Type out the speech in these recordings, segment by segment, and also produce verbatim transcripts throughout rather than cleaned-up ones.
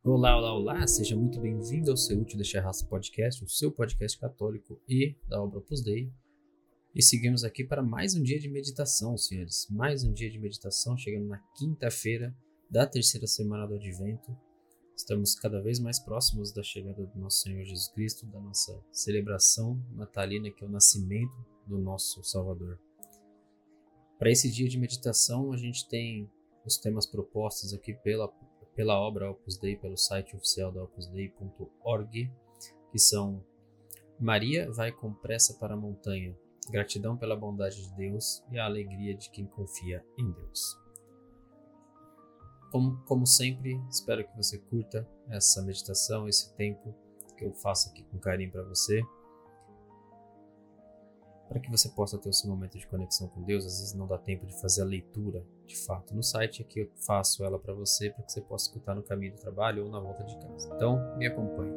Olá, olá, olá, seja muito bem-vindo ao seu Útil Deixar Raça Podcast, o seu podcast católico e da obra Opus Dei. E seguimos aqui para mais um dia de meditação, senhores. Mais um dia de meditação, chegando na quinta-feira da terceira semana do Advento. Estamos cada vez mais próximos da chegada do nosso Senhor Jesus Cristo, da nossa celebração natalina, que é o nascimento do nosso Salvador. Para esse dia de meditação, a gente tem os temas propostos aqui pela, pela obra Opus Dei, pelo site oficial da opus dei ponto org, que são: Maria vai com pressa para a montanha, gratidão pela bondade de Deus e a alegria de quem confia em Deus. Como, como sempre, espero que você curta essa meditação, esse tempo que eu faço aqui com carinho para você, para que você possa ter o seu momento de conexão com Deus. Às vezes não dá tempo de fazer a leitura de fato no site, aqui eu faço ela para você, para que você possa escutar no caminho do trabalho ou na volta de casa. Então, me acompanhe.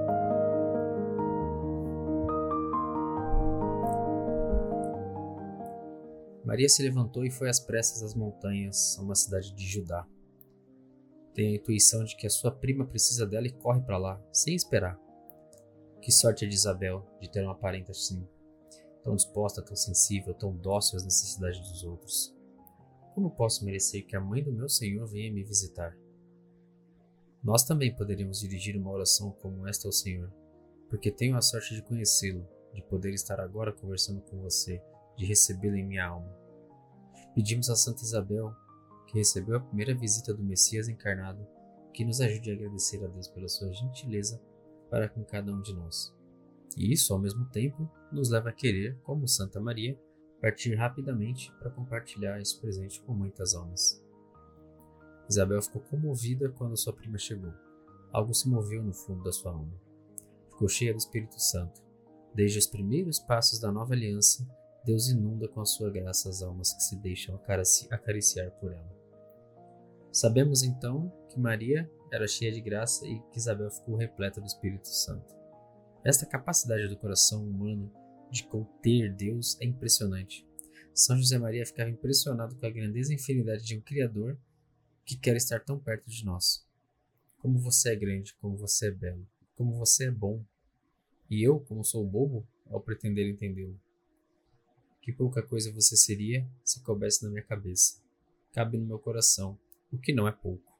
Maria se levantou e foi às pressas às montanhas, a uma cidade de Judá. Tem a intuição de que a sua prima precisa dela e corre para lá, sem esperar. Que sorte a de Isabel de ter uma parente assim, tão disposta, tão sensível, tão dócil às necessidades dos outros. Como posso merecer que a mãe do meu Senhor venha me visitar? Nós também poderíamos dirigir uma oração como esta ao Senhor, porque tenho a sorte de conhecê-lo, de poder estar agora conversando com você, de recebê-lo em minha alma. Pedimos a Santa Isabel, que recebeu a primeira visita do Messias encarnado, que nos ajude a agradecer a Deus pela sua gentileza para com cada um de nós. E isso, ao mesmo tempo, nos leva a querer, como Santa Maria, partir rapidamente para compartilhar esse presente com muitas almas. Isabel ficou comovida quando sua prima chegou. Algo se moveu no fundo da sua alma. Ficou cheia do Espírito Santo. Desde os primeiros passos da nova aliança, Deus inunda com a sua graça as almas que se deixam acariciar por ela. Sabemos então que Maria era cheia de graça e que Isabel ficou repleta do Espírito Santo. Esta capacidade do coração humano de conter Deus é impressionante. São José Maria ficava impressionado com a grandeza e infinidade de um Criador que quer estar tão perto de nós. Como você é grande, como você é belo, como você é bom. E eu, como sou bobo, ao pretender entendê-lo. Que pouca coisa você seria se coubesse na minha cabeça. Cabe no meu coração, o que não é pouco.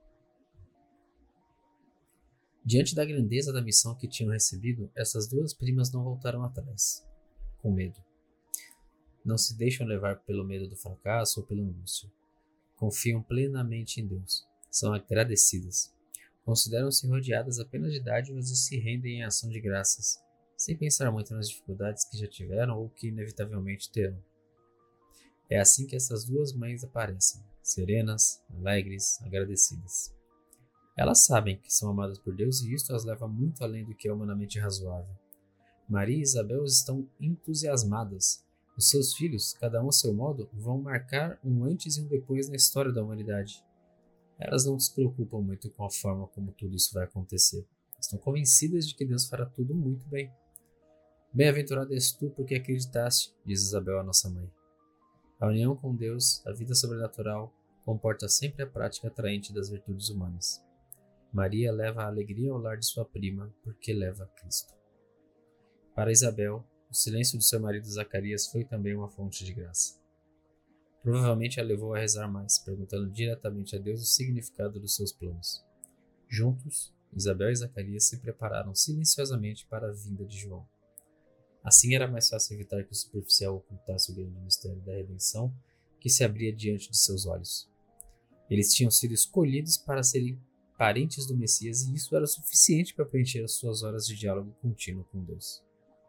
Diante da grandeza da missão que tinham recebido, essas duas primas não voltaram atrás, com medo. Não se deixam levar pelo medo do fracasso ou pela angústia. Confiam plenamente em Deus. São agradecidas. Consideram-se rodeadas apenas de dádivas e se rendem em ação de graças, sem pensar muito nas dificuldades que já tiveram ou que inevitavelmente terão. É assim que essas duas mães aparecem, serenas, alegres, agradecidas. Elas sabem que são amadas por Deus e isto as leva muito além do que é humanamente razoável. Maria e Isabel estão entusiasmadas. Os seus filhos, cada um a seu modo, vão marcar um antes e um depois na história da humanidade. Elas não se preocupam muito com a forma como tudo isso vai acontecer. Estão convencidas de que Deus fará tudo muito bem. Bem-aventurada és tu porque acreditaste, diz Isabel à nossa mãe. A união com Deus, a vida sobrenatural, comporta sempre a prática atraente das virtudes humanas. Maria leva a alegria ao lar de sua prima, porque leva a Cristo. Para Isabel, o silêncio do seu marido Zacarias foi também uma fonte de graça. Provavelmente a levou a rezar mais, perguntando diretamente a Deus o significado dos seus planos. Juntos, Isabel e Zacarias se prepararam silenciosamente para a vinda de João. Assim era mais fácil evitar que o superficial ocultasse o grande mistério da redenção que se abria diante de seus olhos. Eles tinham sido escolhidos para serem parentes do Messias e isso era suficiente para preencher as suas horas de diálogo contínuo com Deus.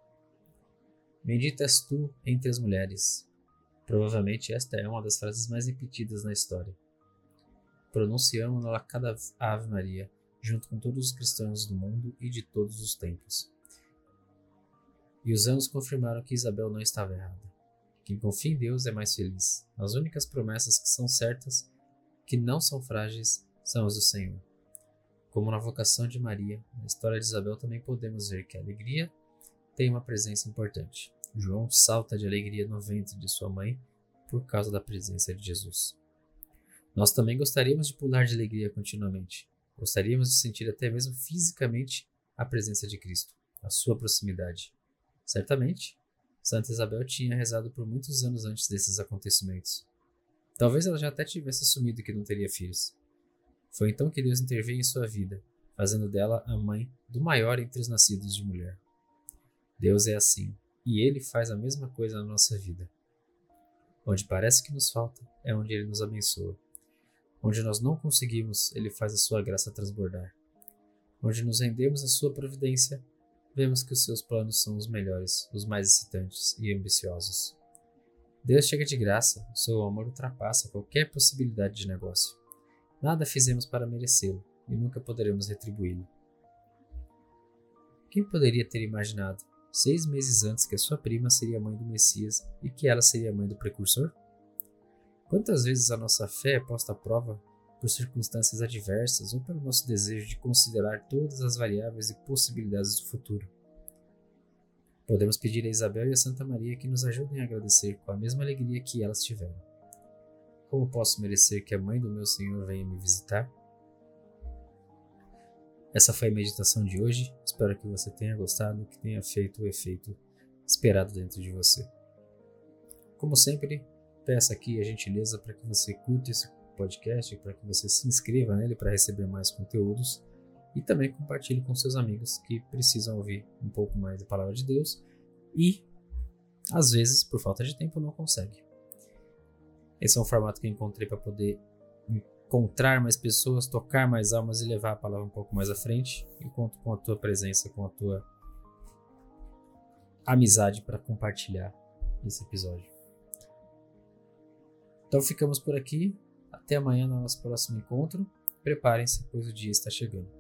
Bendita és tu entre as mulheres. Provavelmente esta é uma das frases mais repetidas na história. Pronunciamos-la a cada Ave Maria, junto com todos os cristãos do mundo e de todos os tempos. E os anos confirmaram que Isabel não estava errada. Quem confia em Deus é mais feliz. As únicas promessas que são certas, que não são frágeis, são as do Senhor. Como na vocação de Maria, na história de Isabel também podemos ver que a alegria tem uma presença importante. João salta de alegria no ventre de sua mãe por causa da presença de Jesus. Nós também gostaríamos de pular de alegria continuamente, Gostaríamos de sentir até mesmo fisicamente a presença de Cristo, a sua proximidade. Certamente, Santa Isabel tinha rezado por muitos anos antes desses acontecimentos. Talvez ela já até tivesse assumido que não teria filhos. Foi então que Deus interveio em sua vida, fazendo dela a mãe do maior entre os nascidos de mulher. Deus é assim, e Ele faz a mesma coisa na nossa vida. Onde parece que nos falta, é onde Ele nos abençoa. Onde nós não conseguimos, Ele faz a sua graça transbordar. Onde nos rendemos à sua providência, vemos que os seus planos são os melhores, os mais excitantes e ambiciosos. Deus chega de graça, o seu amor ultrapassa qualquer possibilidade de negócio. Nada fizemos para merecê-lo e nunca poderemos retribuí-lo. Quem poderia ter imaginado, seis meses antes, que a sua prima seria mãe do Messias e que ela seria mãe do precursor? Quantas vezes a nossa fé é posta à prova por circunstâncias adversas ou pelo nosso desejo de considerar todas as variáveis e possibilidades do futuro? Podemos pedir a Isabel e a Santa Maria que nos ajudem a agradecer com a mesma alegria que elas tiveram. Como posso merecer que a mãe do meu Senhor venha me visitar? Essa foi a meditação de hoje. Espero que você tenha gostado e que tenha feito o efeito esperado dentro de você. Como sempre, peço aqui a gentileza para que você curta esse podcast, para que você se inscreva nele para receber mais conteúdos e também compartilhe com seus amigos que precisam ouvir um pouco mais da Palavra de Deus e, às vezes, por falta de tempo, não consegue. Esse é um formato que eu encontrei para poder encontrar mais pessoas, tocar mais almas e levar a palavra um pouco mais à frente. E conto com a tua presença, com a tua amizade para compartilhar esse episódio. Então ficamos por aqui. Até amanhã no nosso próximo encontro. Preparem-se, pois o dia está chegando.